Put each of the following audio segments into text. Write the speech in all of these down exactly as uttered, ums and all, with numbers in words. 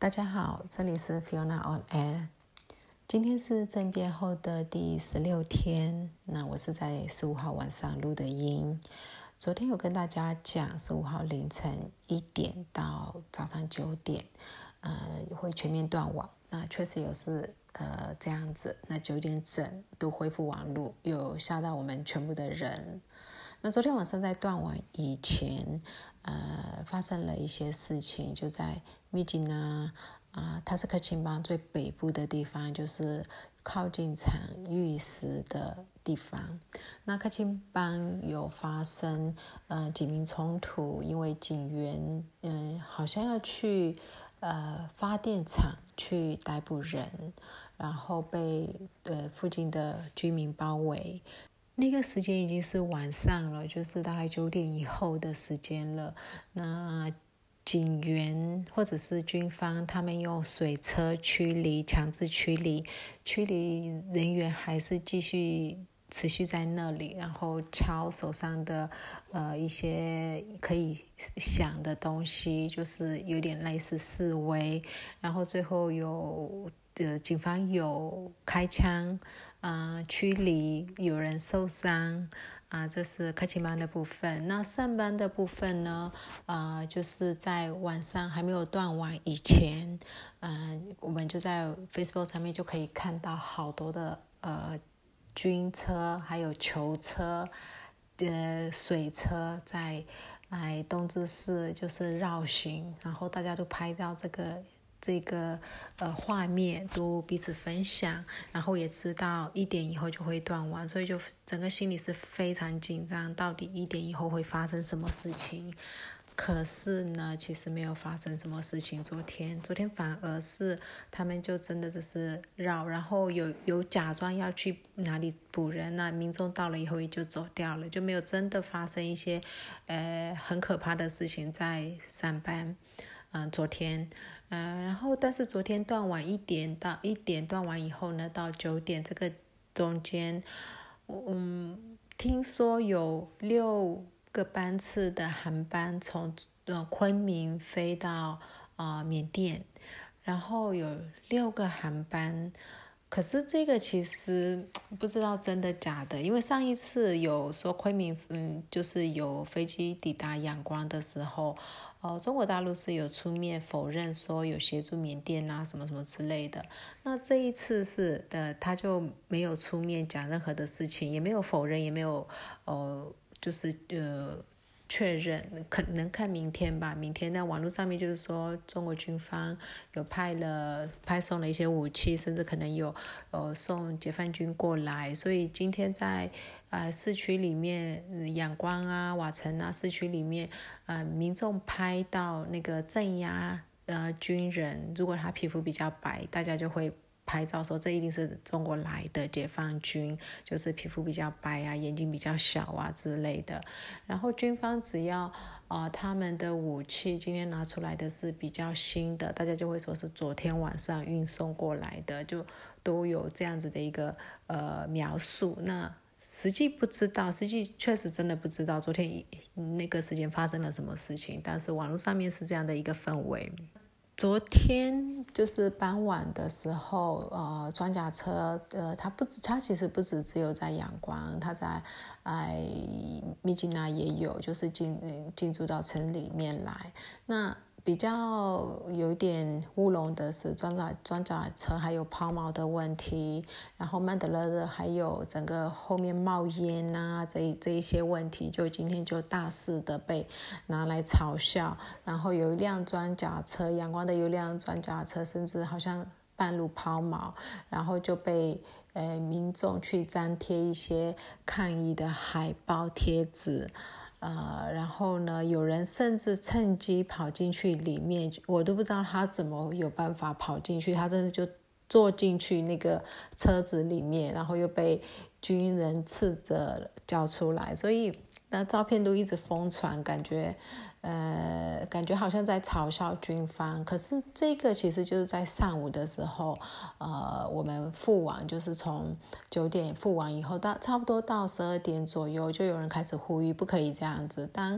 大家好，这里是 Fiona on Air。今天是政变后的第十六天，那我是在十五号晚上录的音。昨天有跟大家讲，十五号凌晨一点到早上九点，呃，会全面断网。那确实有是呃这样子，那九点整都恢复网路，有吓到我们全部的人。那昨天晚上在断网以前，呃，发生了一些事情，就在密吉纳啊，它是克钦邦最北部的地方，就是靠近场玉石的地方。那克钦邦有发生呃警民冲突，因为警员嗯、呃、好像要去呃发电厂去逮捕人，然后被呃附近的居民包围。那个时间已经是晚上了，就是大概九点以后的时间了。那警员或者是军方，他们用水车驱离，强制驱离，驱离人员还是继续持续在那里，然后敲手上的呃一些可以响的东西，就是有点类似示威。然后最后有呃警方有开枪。啊、呃，驱离，有人受伤啊、呃，这是克钦邦的部分。那上班的部分呢？啊、呃，就是在晚上还没有断网以前，嗯、呃，我们就在 Facebook 上面就可以看到好多的呃军车，还有球车、呃水车在哎东芝市就是绕行，然后大家都拍到这个。这个呃画面都彼此分享，然后也知道一点以后就会断网，所以就整个心里是非常紧张，到底一点以后会发生什么事情？可是呢，其实没有发生什么事情。昨天，昨天反而是他们就真的就是绕，然后有有假装要去哪里捕人，那民众到了以后也就走掉了，就没有真的发生一些呃很可怕的事情在上班。嗯、呃，昨天。嗯，然后但是昨天断网一点到一点断完以后呢，到九点这个中间，嗯，听说有六个班次的航班从呃昆明飞到啊、呃、缅甸，然后有六个航班。可是这个其实不知道真的假的，因为上一次有说昆明，嗯，就是有飞机抵达仰光的时候，呃，中国大陆是有出面否认说有协助缅甸啊什么什么之类的。那这一次是的，他就没有出面讲任何的事情，也没有否认，也没有呃，就是呃。确认可能看明天吧，明天在网络上面就是说中国军方有派了派送了一些武器，甚至可能有呃送解放军过来，所以今天在呃市区里面、呃、仰光啊、瓦城啊市区里面，呃民众拍到那个镇压呃军人，如果他皮肤比较白，大家就会拍照说这一定是中国来的解放军，就是皮肤比较白啊，眼睛比较小啊之类的。然后军方只要呃他们的武器今天拿出来的是比较新的，大家就会说是昨天晚上运送过来的，就都有这样子的一个呃描述。那实际不知道，实际确实真的不知道昨天那个时间发生了什么事情，但是网络上面是这样的一个氛围。昨天就是傍晚的时候，呃，装甲车，呃，它不，它其实不止只有在仰光，它在，哎，密吉纳也有，就是进进驻到城里面来。那比较有点乌龙的是装甲装甲车还有抛锚的问题，然后曼德勒的还有整个后面冒烟啊，这这一些问题，就今天就大肆的被拿来嘲笑。然后有一辆装甲车，阳光的有一辆装甲车，甚至好像半路抛锚，然后就被呃民众去粘贴一些抗议的海报贴纸。呃，然后呢，有人甚至趁机跑进去里面，我都不知道他怎么有办法跑进去，他真的就坐进去那个车子里面，然后又被军人斥责叫出来，所以那照片都一直疯传，感觉呃，感觉好像在嘲笑军方。可是这个其实就是在上午的时候，呃，我们复网，就是从九点复网以后，到差不多到十二点左右，就有人开始呼吁不可以这样子。当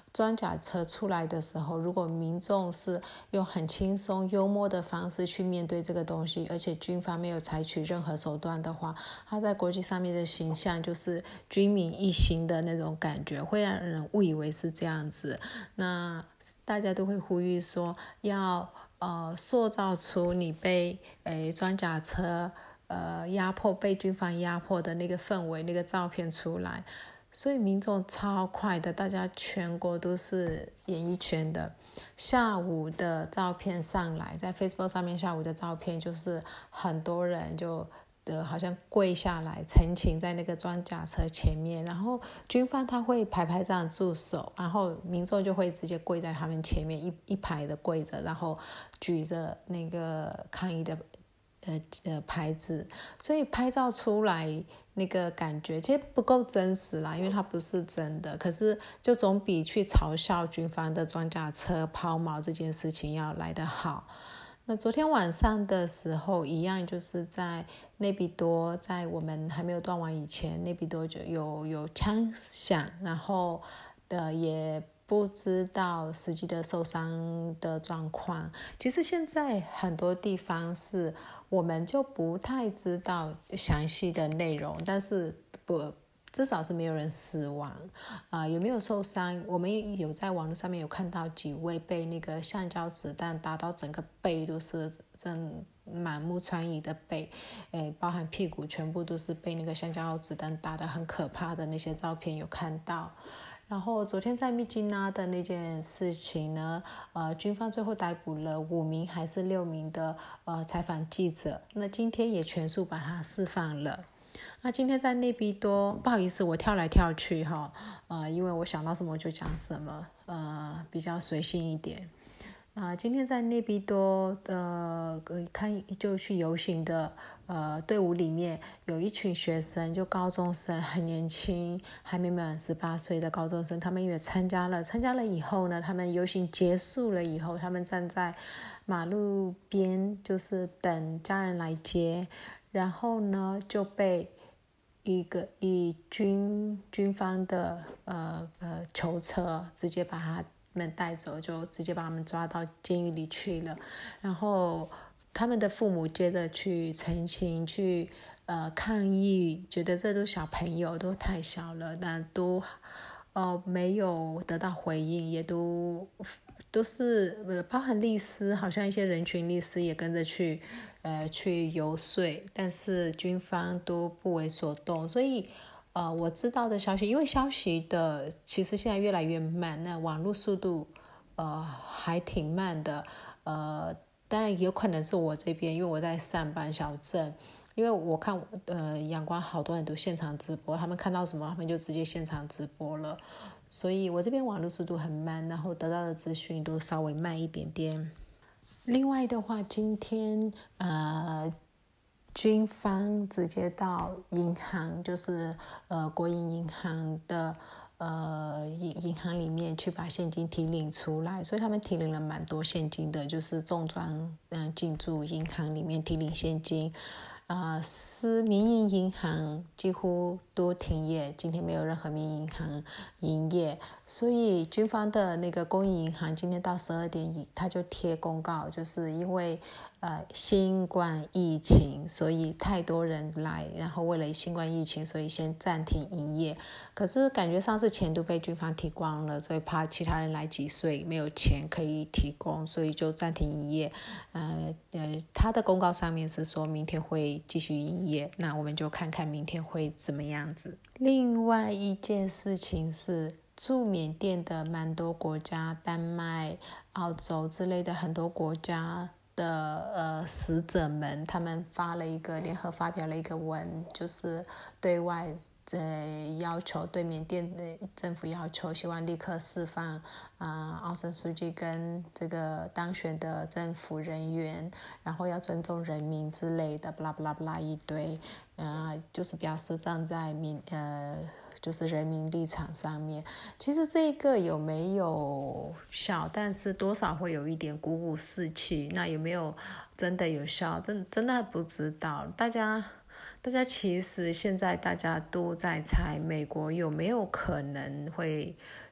装甲车出来的时候，如果民众是用很轻松幽默的方式去面对这个东西，而且军方没有采取任何手段的话，他在国际上面的形象就是军民一心的那种感觉，会让人误以为是这样子。那大家都会呼吁说要呃塑造出你被诶装甲车呃压迫、被军方压迫的那个氛围、那个照片出来。所以民众超快的，大家全国都是演艺圈的。下午的照片上来，在 Facebook 上面下午的照片就是很多人就的好像跪下来陈情在那个装甲车前面，然后军方他会排排这样驻守，然后民众就会直接跪在他们前面一一排的跪着，然后举着那个抗议的呃呃牌子，所以拍照出来那个感觉其实不够真实啦，因为它不是真的，可是就总比去嘲笑军方的装甲车抛锚这件事情要来得好。那昨天晚上的时候一样，就是在内比多，在我们还没有断网以前，内比多就有有枪响，然后的也不知道实际的受伤的状况。其实现在很多地方是我们就不太知道详细的内容，但是不至少是没有人死亡啊、呃，有没有受伤？我们有在网络上面有看到几位被那个橡胶子弹打到整个背都是真满目疮痍的背，诶，包含屁股全部都是被那个橡胶子弹打得很可怕的那些照片有看到。然后昨天在密基那的那件事情呢，呃，军方最后逮捕了五名还是六名的呃采访记者，那今天也全数把他释放了。那今天在内比多，不好意思，我跳来跳去哈，呃，因为我想到什么就讲什么，呃，比较随性一点。啊、呃，今天在内比多的看就去游行的呃队伍里面，有一群学生，就高中生，很年轻，还没满十八岁的高中生，他们也参加了。参加了以后呢，他们游行结束了以后，他们站在马路边，就是等家人来接，然后呢就被一个以军军方的呃呃囚车直接把他们带走，就直接把他们抓到监狱里去了。然后他们的父母接着去澄清，去呃抗议，觉得这都小朋友都太小了，但都呃没有得到回应，也都都是呃包含律师，好像一些人群律师也跟着去呃去游说，但是军方都不为所动，所以。呃，我知道的消息，因为消息的其实现在越来越慢，那网络速度呃还挺慢的，呃，当然有可能是我这边，因为我在上班小镇，因为我看呃阳光好多人都现场直播，他们看到什么他们就直接现场直播了，所以我这边网络速度很慢，然后得到的资讯都稍微慢一点点。另外的话，今天呃。军方直接到银行，就是呃国营银行的呃银银行里面去把现金提领出来，所以他们提领了蛮多现金的，就是重装嗯进驻银行里面提领现金。啊、呃，私民营银行几乎都停业，今天没有任何民营银行营业，所以军方的那个公营银行今天到十二点，他就贴公告，就是因为呃新冠疫情，所以太多人来，然后为了新冠疫情，所以先暂停营业。可是感觉上是钱都被军方提光了，所以怕其他人来挤税，没有钱可以提供，所以就暂停营业。呃呃，他的公告上面是说明天会继续营业，那我们就看看明天会怎么样子。另外一件事情是，驻缅甸的蛮多国家，丹麦、澳洲之类的很多国家的呃使者们，他们发了一个联合发表了一个文，就是对外呃要求对缅甸的政府要求，希望立刻释放啊、呃、奥森书记跟这个当选的政府人员，然后要尊重人民之类的，不啦不啦不啦一堆，啊、呃，就是表示站在民呃。就是人民立场上面，其实这个有没有效，但是多少会有一点鼓舞士气。那有没有真的有效，真真的不知道。大家大家其实现在大家都在猜美国有没有可能会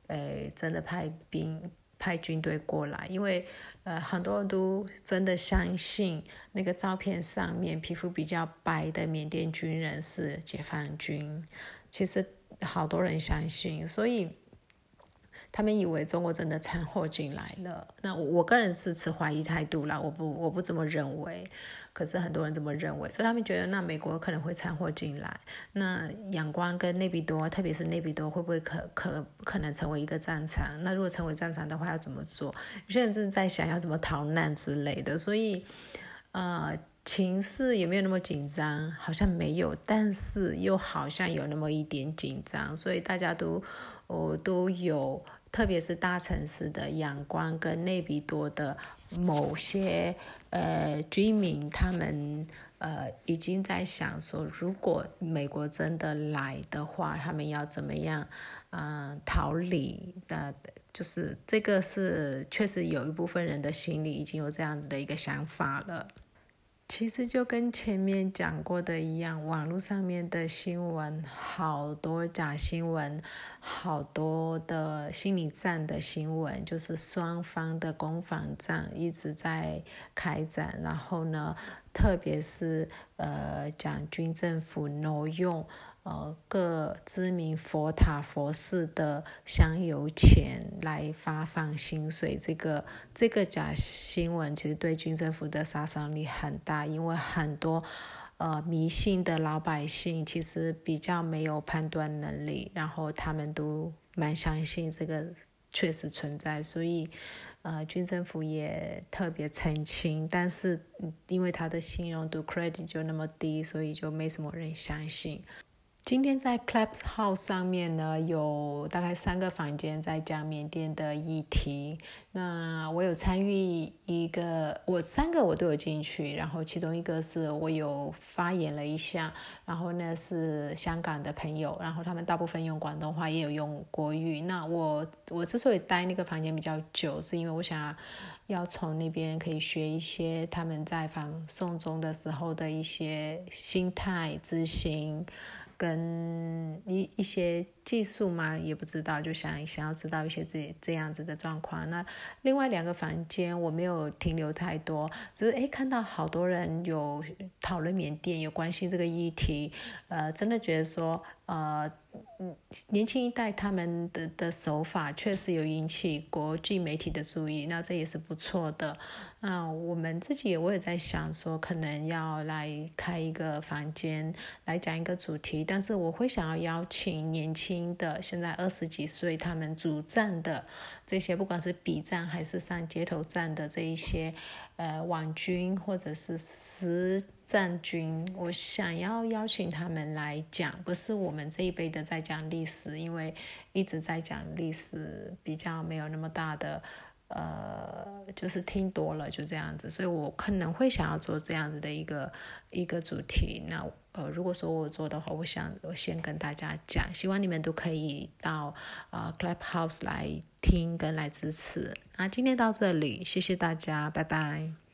呃，真的派兵派军队过来，因为呃很多人都真的相信那个照片上面皮肤比较白的缅甸军人是解放军，其实好多人相信，所以他们以为中国真的掺和进来了。那我我个人是持怀疑态度啦，我不我不这么认为，可是很多人这么认为，所以他们觉得那美国可能会掺和进来。那仰光跟内比多，特别是内比多，会不会可可可能成为一个战场？那如果成为战场的话，要怎么做？有些人正在想要怎么逃难之类的，所以呃。情势有没有那么紧张？好像没有，但是又好像有那么一点紧张，所以大家都哦都有，特别是大城市的仰光跟内比多的某些呃居民，他们呃已经在想说，如果美国真的来的话，他们要怎么样嗯、呃、逃离的。就是这个是确实有一部分人的心里已经有这样子的一个想法了。其实就跟前面讲过的一样，网络上面的新闻好多假新闻，好多的心理战的新闻，就是双方的攻防战一直在开展，然后呢，特别是呃讲军政府挪用呃各知名佛塔佛寺的香油钱来发放薪水，这个这个假新闻其实对军政府的杀伤力很大，因为很多呃迷信的老百姓其实比较没有判断能力，然后他们都蛮相信这个确实存在，所以呃军政府也特别澄清，但是因为他的信用度 credit 就那么低，所以就没什么人相信。今天在 Clubhouse 上面呢，有大概三个房间在讲缅甸的议题。那我有参与一个，我三个我都有进去，然后其中一个是我有发言了一下，然后呢是香港的朋友，然后他们大部分用广东话，也有用国语。那我我之所以待那个房间比较久，是因为我想要从那边可以学一些他们在反送中的时候的一些心态、执行。跟一一些技术嘛，也不知道，就想想要知道一些这这样子的状况。那另外两个房间我没有停留太多，只是诶看到好多人有讨论缅甸，有关心这个议题，呃，真的觉得说，呃，年轻一代他们的的手法确实有引起国际媒体的注意，那这也是不错的。那我们自己我也在想说，可能要来开一个房间来讲一个主题，但是我会想要邀请年轻的，现在二十几岁，他们主战的这些，不管是笔战还是上街头战的这一些呃网军或者是实战军，我想要邀请他们来讲，不是我们这一辈的在讲历史，因为一直在讲历史比较没有那么大的呃，就是听多了就这样子，所以我可能会想要做这样子的一个一个主题。那呃，如果说我做的话，我想我先跟大家讲，希望你们都可以到呃 Clubhouse 来听跟来支持。那今天到这里，谢谢大家，拜拜。